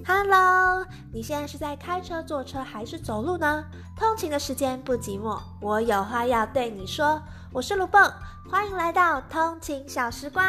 Hello， 你现在是在开车、坐车还是走路呢？通勤的时间不寂寞，我有话要对你说。我是卢蹦，欢迎来到通勤小时光。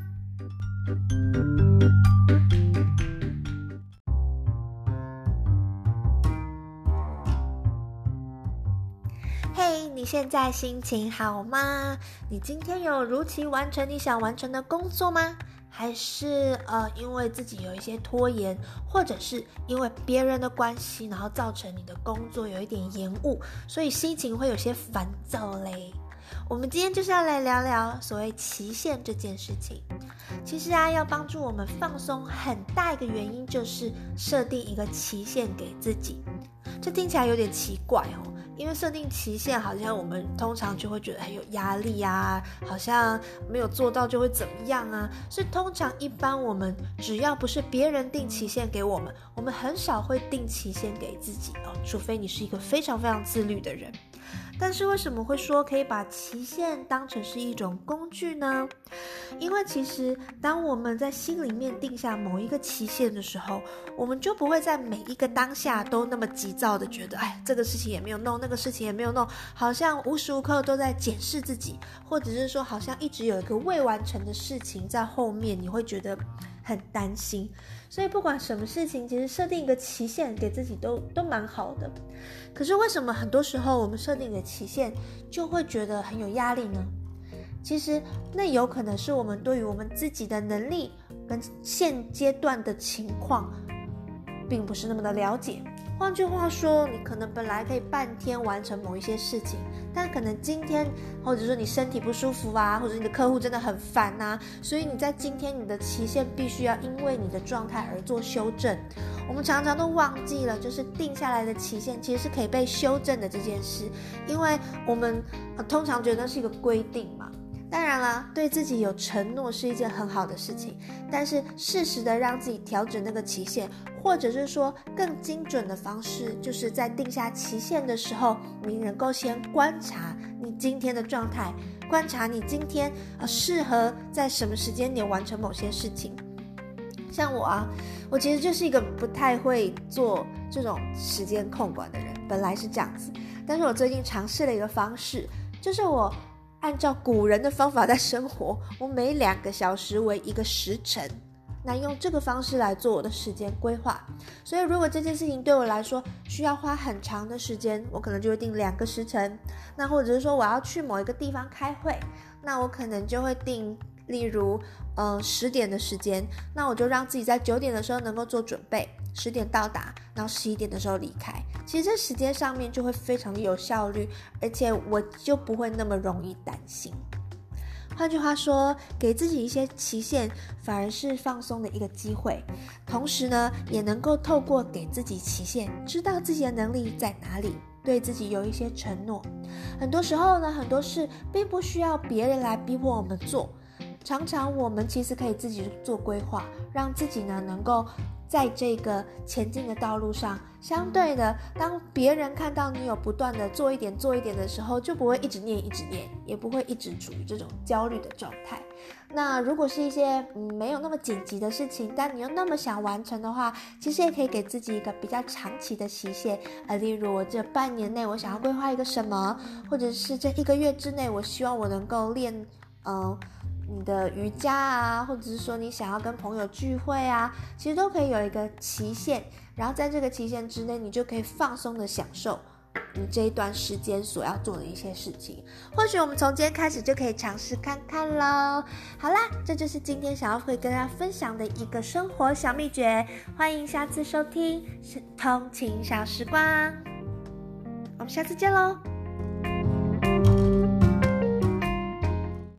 嘿，你现在心情好吗？你今天有如期完成你想完成的工作吗？还是因为自己有一些拖延，或者是因为别人的关系，然后造成你的工作有一点延误，所以心情会有些烦躁嘞。我们今天就是要来聊聊所谓期限这件事情。其实要帮助我们放松，很大一个原因就是设定一个期限给自己。这听起来有点奇怪哦。因为设定期限好像我们通常就会觉得很有压力啊，好像没有做到就会怎么样啊，所以通常一般我们只要不是别人定期限给我们，我们很少会定期限给自己哦，除非你是一个非常非常自律的人。但是为什么会说可以把期限当成是一种工具呢？因为其实当我们在心里面定下某一个期限的时候，我们就不会在每一个当下都那么急躁的觉得这个事情也没有弄，那个事情也没有弄，好像无时无刻都在检视自己，或者是说好像一直有一个未完成的事情在后面，你会觉得很担心。所以不管什么事情，其实设定一个期限给自己都蛮好的。可是为什么很多时候我们设定的期限就会觉得很有压力呢？其实那有可能是我们对于我们自己的能力跟现阶段的情况并不是那么的了解。换句话说，你可能本来可以半天完成某一些事情，但可能今天或者说你身体不舒服啊，或者你的客户真的很烦啊，所以你在今天你的期限必须要因为你的状态而做修正。我们常常都忘记了，就是定下来的期限其实是可以被修正的这件事，因为我们通常觉得是一个规定嘛。当然啦，对自己有承诺是一件很好的事情，但是适时的让自己调整那个期限，或者是说更精准的方式，就是在定下期限的时候，你能够先观察你今天的状态，观察你今天适合在什么时间点完成某些事情。像我其实就是一个不太会做这种时间控管的人，本来是这样子，但是我最近尝试了一个方式，就是我按照古人的方法在生活，我每2个小时为一个时辰，那用这个方式来做我的时间规划。所以如果这件事情对我来说需要花很长的时间，我可能就会定2个时辰。那或者是说我要去某一个地方开会，那我可能就会定例如10点的时间，那我就让自己在9点的时候能够做准备，10点到达，然后11点的时候离开。其实这时间上面就会非常的有效率，而且我就不会那么容易担心。换句话说，给自己一些期限反而是放松的一个机会，同时呢也能够透过给自己期限，知道自己的能力在哪里，对自己有一些承诺。很多时候呢，很多事并不需要别人来逼迫我们做，常常我们其实可以自己做规划，让自己呢能够在这个前进的道路上，相对的，当别人看到你有不断的做一点的时候，就不会一直念，也不会一直处于这种焦虑的状态。那如果是一些没有那么紧急的事情，但你又那么想完成的话，其实也可以给自己一个比较长期的期限，例如我这半年内我想要规划一个什么，或者是这1个月之内我希望我能够练你的瑜伽啊，或者是说你想要跟朋友聚会啊，其实都可以有一个期限，然后在这个期限之内，你就可以放松的享受你这一段时间所要做的一些事情。或许我们从今天开始就可以尝试看看咯。好啦，这就是今天想要会跟大家分享的一个生活小秘诀，欢迎下次收听通勤小时光，我们下次见咯。